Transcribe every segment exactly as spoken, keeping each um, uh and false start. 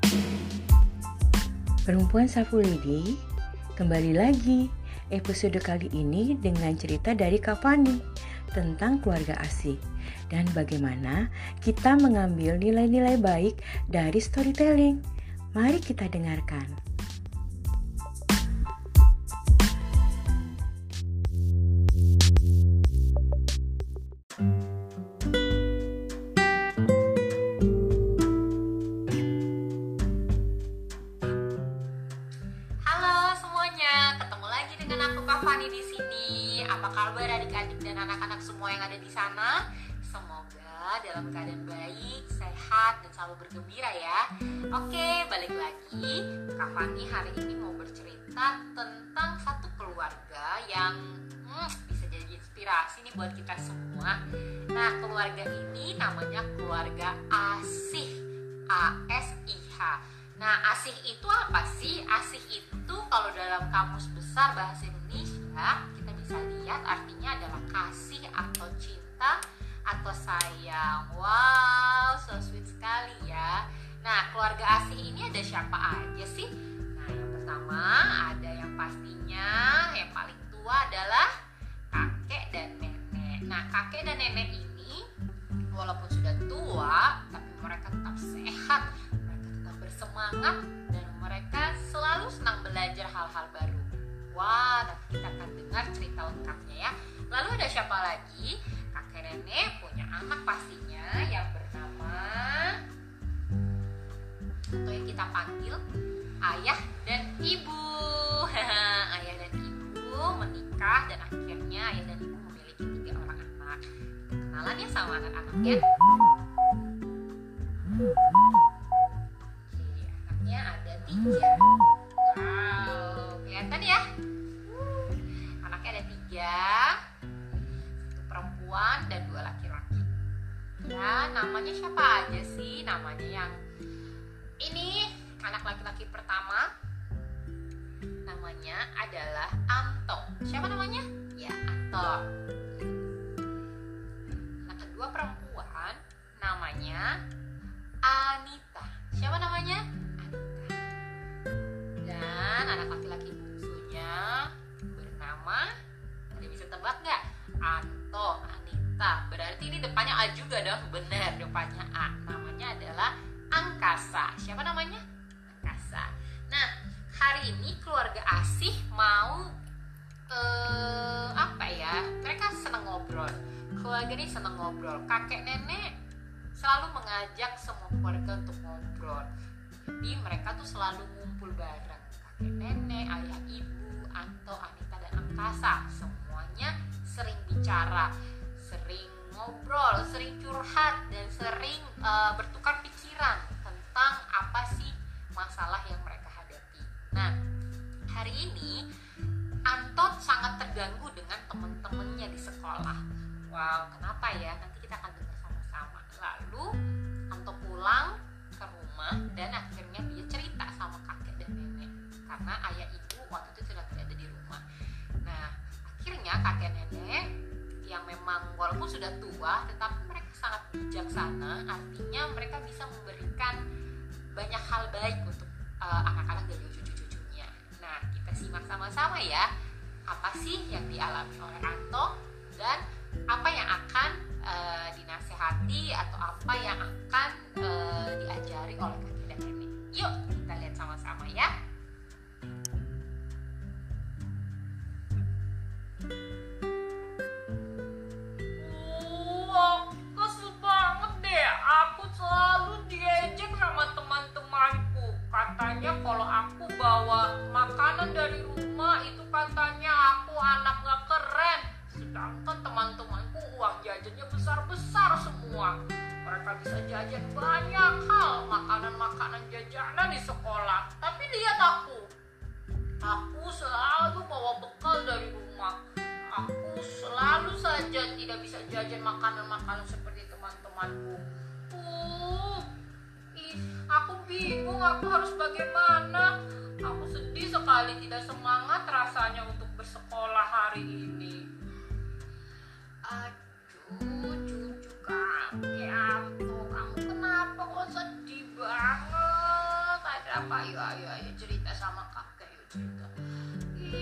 Perempuan Safu Lady, kembali lagi episode kali ini dengan cerita dari Kak Fani tentang keluarga asik dan bagaimana kita mengambil nilai-nilai baik dari storytelling. Mari kita dengarkan. Fani di sini. Apa kabar adik-adik dan anak-anak semua yang ada di sana? Semoga dalam keadaan baik, sehat, dan selalu bergembira ya. Oke, balik lagi. Kak Fani hari ini mau bercerita tentang satu keluarga yang hmm, bisa jadi inspirasi nih buat kita semua. Nah, keluarga ini namanya keluarga Asih, A S I H. Nah, asih itu apa sih? Asih itu kalau dalam kamus besar bahasa Indonesia kita bisa lihat artinya adalah kasih atau cinta atau sayang. Wow, so sweet sekali ya. Nah, keluarga asih ini ada siapa aja sih? Nah, yang pertama ada yang pastinya yang paling tua adalah kakek dan nenek. Nah, kakek dan nenek ini walaupun sudah tua tapi mereka tetap sehat, semangat, dan mereka selalu senang belajar hal-hal baru. Wah, nanti kita akan dengar cerita lengkapnya ya. Lalu ada siapa lagi? Kakek nenek punya anak pastinya yang bernama atau yang kita panggil ayah dan ibu. Ayah dan ibu menikah dan akhirnya ayah dan ibu memiliki tiga orang anak. Kenalan ya sama anak-anaknya. Ada tiga. Wow, kelihatan ya? Anaknya ada tiga, satu perempuan dan dua laki-laki. Ya, namanya siapa aja sih? Namanya yang ini anak laki-laki pertama, namanya adalah Anto. Siapa namanya? Ya, Anto. Anak kedua perempuan, namanya Anita. Siapa namanya? Dan anak laki-laki bungsunya bernama, ada bisa tebak nggak? Anto, Anita. Berarti ini depannya A juga dong. Benar, depannya A. Namanya adalah Angkasa. Siapa namanya? Angkasa. Nah, hari ini keluarga Asih mau eh, apa ya? Mereka senang ngobrol. Keluarga ini senang ngobrol. Kakek nenek selalu mengajak semua keluarga untuk ngobrol. Jadi mereka tuh selalu ngumpul bareng. Kakek nenek, ayah ibu, Anto, Anita, dan Angkasa. Semuanya sering bicara, sering ngobrol, sering curhat, dan sering uh, bertukar pikiran tentang apa sih masalah yang mereka hadapi. Nah, hari ini Anto sangat terganggu dengan teman-temannya di sekolah. Wow, kenapa ya? Nanti kita akan dengar sama-sama. Lalu Anto pulang ke rumah dan akhirnya dia cerita sama kakek dan nenek karena ayah ibu waktu itu sudah tidak ada di rumah. Nah, akhirnya kakek nenek yang memang walaupun sudah tua tetapi mereka sangat bijaksana, artinya mereka bisa memberikan banyak hal baik untuk uh, anak-anak dan cucu-cucunya. Nah, kita simak sama-sama ya, apa sih yang dialami oleh Anto dan apa yang akan uh, dinasehati atau apa yang akan uh, diajari oleh kakek dan nenek. Yuk kita lihat sama-sama ya. Wow, kesel banget deh. Aku selalu diejek sama teman-temanku. Katanya kalau aku bawa makanan dari rumah itu katanya aku anak gak keren. Sedangkan teman-temanku uang jajannya besar-besar semua. Mereka bisa jajan banyak hal, makanan-makanan jajanan di sekolah. Tapi lihat aku, aku selalu bawa bekal dari rumah. Aku selalu saja tidak bisa jajan makanan-makanan seperti teman-temanku. Uh, ih, aku bingung, aku harus bagaimana. Aku sedih sekali, tidak semangat rasanya untuk bersekolah hari ini. Aduh, cucu kakek Anto, kamu kenapa kok sedih banget?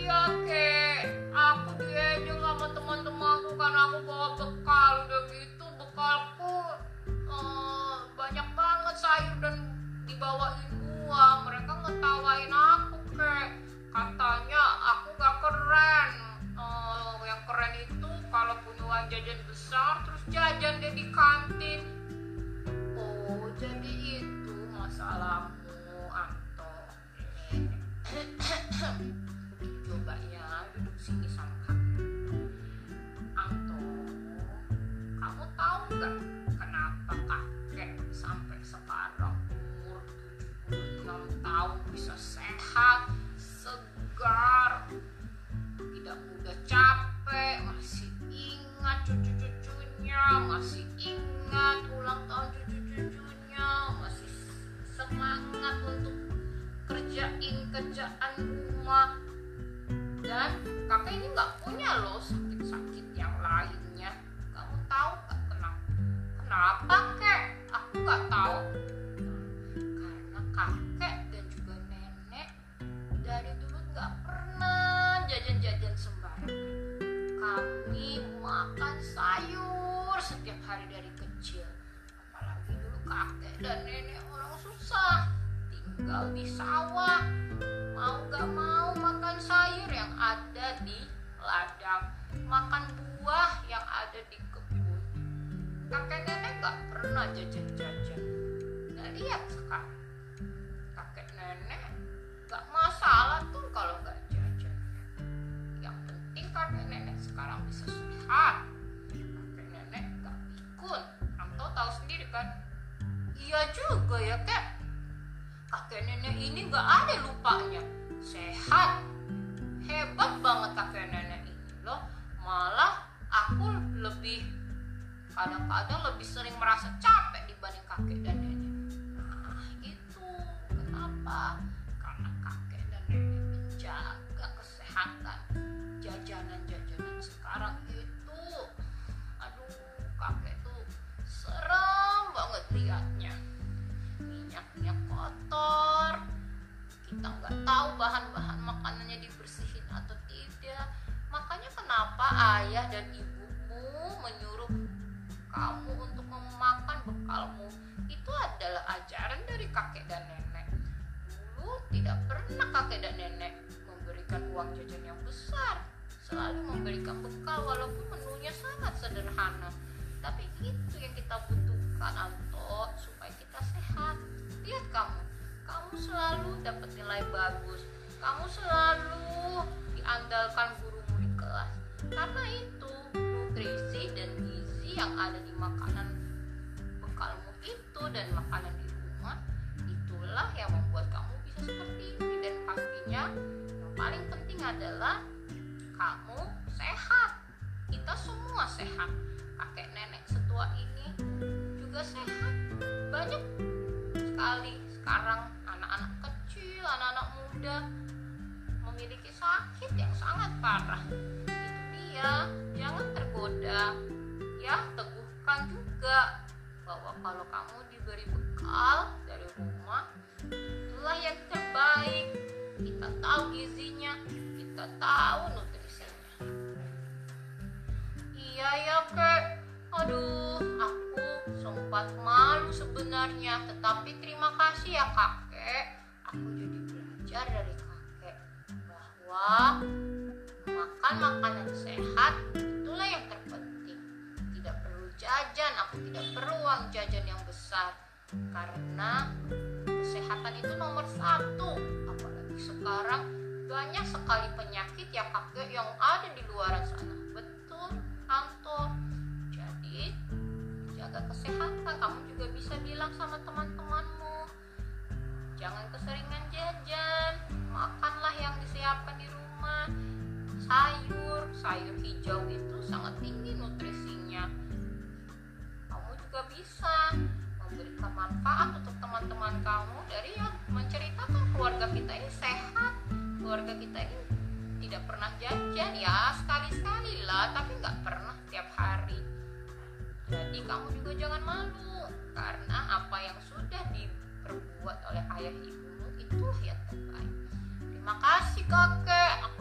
iya kek, aku diajak sama teman-temanku karena aku bawa bekal. Udah gitu bekalku eh, banyak banget sayur dan dibawain uang. Mereka ngetawain aku kek, katanya aku gak keren. Eh, yang keren itu kalau punya uang jajan besar terus jajan deh di kantin. Oh jadi itu masalahmu Anto. Coba ya duduk sini sama kamu. Anto, kamu tahu nggak kenapa kakek sampai sekarang umur tujuh puluh enam tahun bisa sehat, segar, tidak mudah capek, masih ingat cucu-cucunya, masih ingat ulang tahun cucu-cucunya, masih semangat untuk kerjain kerjaan rumah. Dan kakek ini nggak punya loh sakit-sakit yang lainnya. Kamu tahu nggak kenapa? Kenapa kek? Aku nggak tahu. Karena kakek dan juga nenek dari dulu nggak pernah jajan-jajan sembarangan. Kami makan sayur setiap hari dari kecil. Apalagi dulu kakek dan nenek orang susah, tinggal di sawah. Mau gak mau makan sayur yang ada di ladang, makan buah yang ada di kebun. Kakek nenek gak pernah jajan-jajan. Nah lihat sekarang, kakek nenek gak masalah tuh kalau gak jajan. Yang penting kakek nenek sekarang bisa sehat. Kakek nenek gak pikun. Anto tahu sendiri kan? Iya juga ya kek. Kakek nenek ini gak ada lupanya, sehat, hebat banget kakek nenek ini loh. Malah aku lebih kadang-kadang lebih sering merasa capek dibanding kakek dan nenek. Nah itu kenapa? Karena kakek dan nenek menjaga kesehatan. Jajanan-jajanan sekarang itu, aduh kakek tuh serem banget liatnya. Minyak-minyak kotor, kita nggak tahu bahan-bahan makanannya dibersihin atau tidak. Makanya kenapa ayah dan ibumu menyuruh kamu untuk memakan bekalmu, itu adalah ajaran dari kakek dan nenek. Dulu tidak pernah kakek dan nenek memberikan uang jajan yang besar, selalu memberikan bekal walaupun menunya sangat sederhana. Tapi itu yang kita butuhkan Anto, supaya kita sehat. Lihat kamu, kamu selalu dapat nilai bagus, kamu selalu diandalkan gurumu di kelas. Karena itu nutrisi dan gizi yang ada di makanan bekalmu itu dan makanan di rumah, itulah yang membuat kamu bisa seperti ini. Dan pastinya yang paling penting adalah kamu sehat. Kita semua sehat. Kakek nenek setua ini juga sehat. Banyak sekali sekarang anak-anak kecil, anak-anak muda memiliki sakit yang sangat parah. Itu dia, jangan tergoda. Ya, teguhkan juga bahwa kalau kamu diberi bekal dari rumah, itulah yang terbaik. Kita tahu gizinya, kita tahu nutrisinya. Iya ya kek, aduh aku sempat malu sebenarnya, tetapi terima kasih ya kakek. Aku jadi belajar dari kakek bahwa makan makanan sehat itulah yang terpenting. Tidak perlu jajan, aku tidak perlu uang jajan yang besar, karena kesehatan itu nomor satu. Apalagi sekarang banyak sekali penyakit ya kakek yang ada di luar sana. Betul Anto. Jadi jaga kesehatan. Kamu juga bisa bilang sama teman-temanmu, jangan keseringan jajan, makanlah yang disiapkan di rumah. Sayur, sayur hijau itu sangat tinggi nutrisinya. Kamu juga bisa memberikan manfaat untuk teman-teman kamu dari yang menceritakan keluarga kita ini sehat, keluarga kita ini tidak pernah jajan, ya sekali-sekali lah, tapi nggak pernah tiap hari. Jadi kamu juga jangan malu, karena apa yang sudah diperbuat oleh ayah ibumu itulah yang terbaik. Terima kasih kakek, aku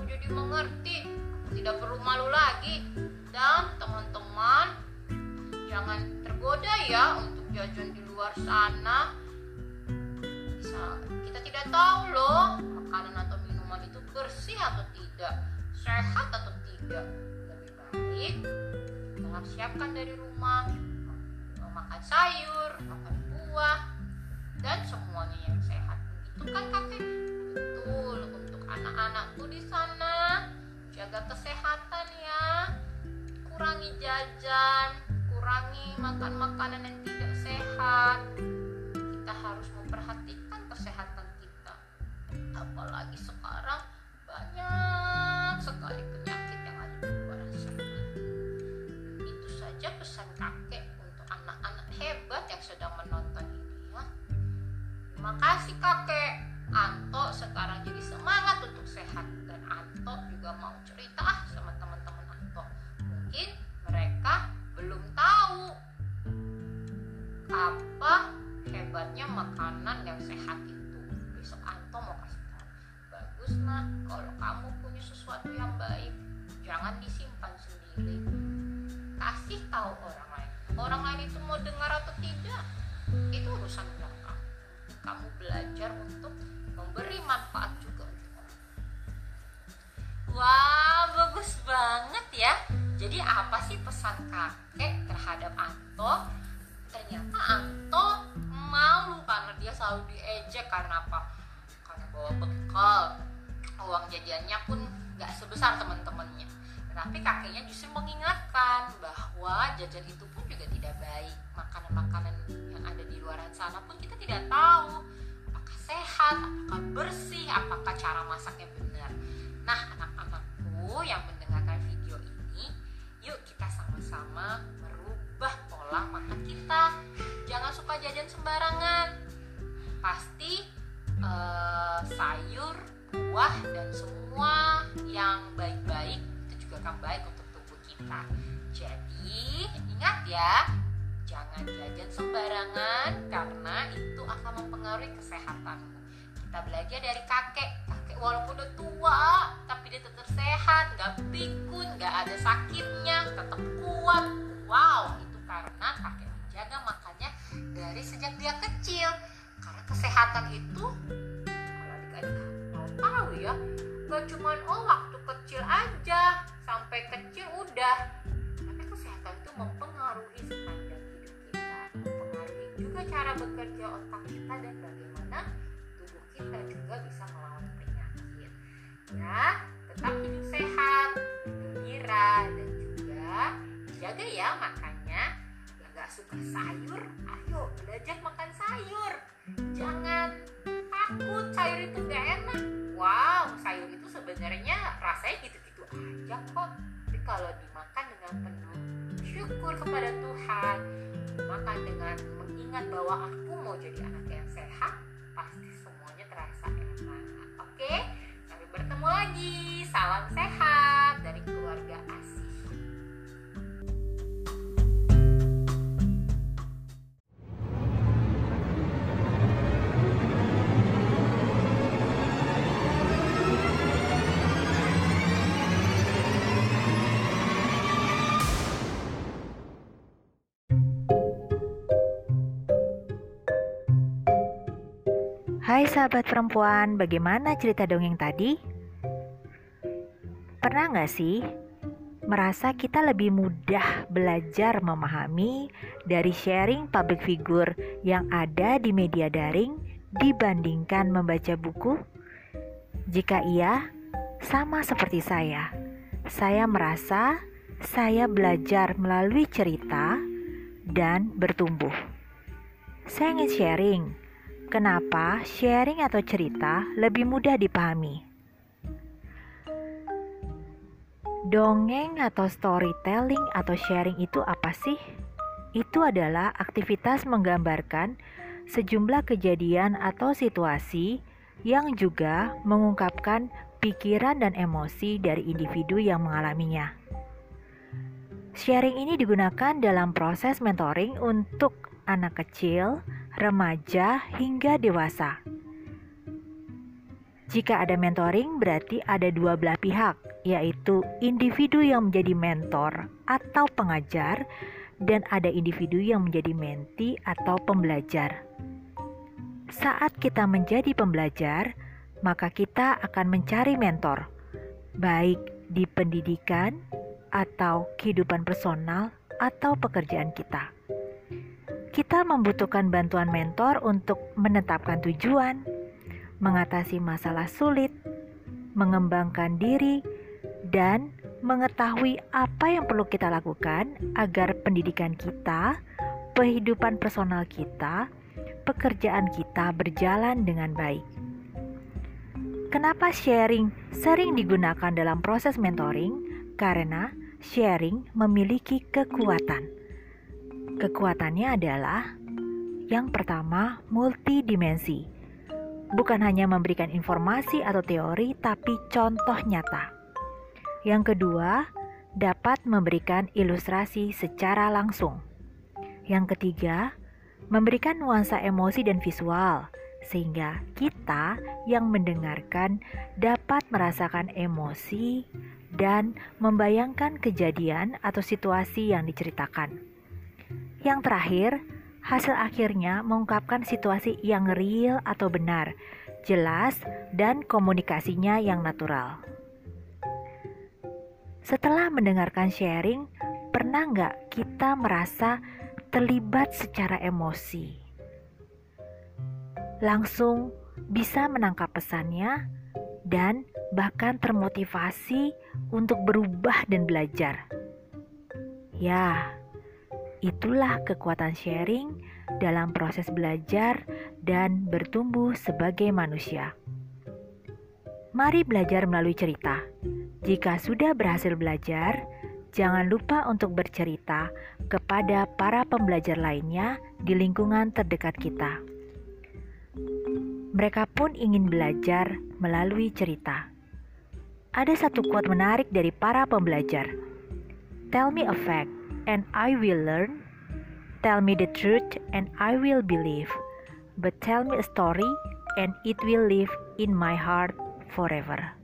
aku jadi mengerti. Tidak perlu malu lagi. Dan teman-teman, jangan tergoda ya untuk jajan di luar sana. Bisa, kita tidak tahu loh makanan atau minuman itu bersih atau tidak, sehat atau tidak. Lebih baik kita siapkan dari rumah, makan sayur, makan buah, dan semuanya yang sehat. Begitu kan kakek? Betul, untuk anak-anakku di sana, jaga kesehatan ya. Kurangi jajan, kurangi makan makanan yang tidak sehat. Kita harus memperhatikan kesehatan kita. Apalagi sekarang banyak sekali penyakit yang ada di luar sana. Itu saja pesan kakek untuk anak-anak hebat yang sedang menonton ini ya. Terima kasih kakek. Anto sekarang jadi semangat untuk sehat, dan Anto juga mau cerita ah sama teman-teman Anto. Mungkin mereka belum tahu apa hebatnya makanan yang sehat itu. Besok Anto mau kasih tahu. Bagus nak, kalau kamu punya sesuatu yang baik, jangan disimpan sendiri. Kasih tahu orang lain. Orang lain itu mau dengar atau tidak, itu urusan belakang. Kamu belajar untuk memberi manfaat juga untuk orang. Wah, bagus banget ya. Jadi apa sih pesan kakek terhadap Anto? Ternyata Anto malu karena dia selalu diejek. Karena apa? Karena bawa bekal, uang jajannya pun gak sebesar teman-temannya. Tetapi kakeknya justru mengingatkan bahwa jajan itu pun juga tidak baik. Makanan-makanan yang ada di luar sana pun kita tidak tahu apakah sehat, apakah bersih, apakah cara masaknya benar. Nah, anak-anakku yang mendengarkan video ini, yuk kita sama-sama merubah pola makan kita. Jangan suka jajan sembarangan. Pasti uh, sayur, buah, dan semua yang baik-baik itu juga akan baik untuk tubuh kita. Jadi ingat ya, jangan jajan sembarangan karena itu akan mempengaruhi kesehatanmu. Kita belajar dari kakek. Kakek walaupun udah tua, tapi dia tetap sehat, gak pikun, gak ada sakitnya, tetap kuat. Wow, itu karena kakek menjaga makannya dari sejak dia kecil. Karena kesehatan itu, kalau adik-adik mau tahu ya, gak cuma oh waktu kecil aja, sampai kecil udah. Tapi kesehatan itu mempengaruhi sepanjang hidup kita, mempengaruhi juga cara bekerja otak kita dan bagaimana tubuh kita juga bisa melawan penyakit. Ya, tetap hidup sehat, gembira, dan juga jaga ya makannya. Yang gak suka sayur, ayo belajar makan sayur. Jangan takut sayur itu gak enak. Wow, sayur itu sebenarnya rasanya gitu-gitu aja kok. Tapi kalau dimakan dengan penuh syukur kepada Tuhan, makan dengan mengingat bahwa aku mau jadi anak yang sehat, pasti semuanya terasa enak. Oke, sampai bertemu lagi. Salam sehat dari keluarga Asih. Hai sahabat perempuan, bagaimana cerita dongeng tadi? Pernah gak sih merasa kita lebih mudah belajar memahami dari sharing public figure yang ada di media daring dibandingkan membaca buku? Jika iya, sama seperti saya. Saya merasa saya belajar melalui cerita dan bertumbuh. Saya ingin sharing. Kenapa sharing atau cerita lebih mudah dipahami? Dongeng atau storytelling atau sharing itu apa sih? Itu adalah aktivitas menggambarkan sejumlah kejadian atau situasi yang juga mengungkapkan pikiran dan emosi dari individu yang mengalaminya. Sharing ini digunakan dalam proses mentoring untuk anak kecil, remaja, hingga dewasa. Jika ada mentoring, berarti ada dua belah pihak, yaitu individu yang menjadi mentor atau pengajar, dan ada individu yang menjadi menti atau pembelajar. Saat kita menjadi pembelajar, maka kita akan mencari mentor, baik di pendidikan atau kehidupan personal atau pekerjaan kita. Kita membutuhkan bantuan mentor untuk menetapkan tujuan, mengatasi masalah sulit, mengembangkan diri, dan mengetahui apa yang perlu kita lakukan agar pendidikan kita, kehidupan personal kita, pekerjaan kita berjalan dengan baik. Kenapa sharing sering digunakan dalam proses mentoring? Karena sharing memiliki kekuatan. Kekuatannya adalah yang pertama, multidimensi. Bukan hanya memberikan informasi atau teori, tapi contoh nyata. Yang kedua, dapat memberikan ilustrasi secara langsung. Yang ketiga, memberikan nuansa emosi dan visual, sehingga kita yang mendengarkan dapat merasakan emosi dan membayangkan kejadian atau situasi yang diceritakan. Yang terakhir, hasil akhirnya mengungkapkan situasi yang real atau benar, jelas, dan komunikasinya yang natural. Setelah mendengarkan sharing, pernah nggak kita merasa terlibat secara emosi? Langsung bisa menangkap pesannya dan bahkan termotivasi untuk berubah dan belajar. Ya, itulah kekuatan sharing dalam proses belajar dan bertumbuh sebagai manusia. Mari belajar melalui cerita. Jika sudah berhasil belajar, jangan lupa untuk bercerita kepada para pembelajar lainnya di lingkungan terdekat kita. Mereka pun ingin belajar melalui cerita. Ada satu quote menarik dari para pembelajar. Tell me a fact and I will learn. Tell me the truth and I will believe. But tell me a story and it will live in my heart forever.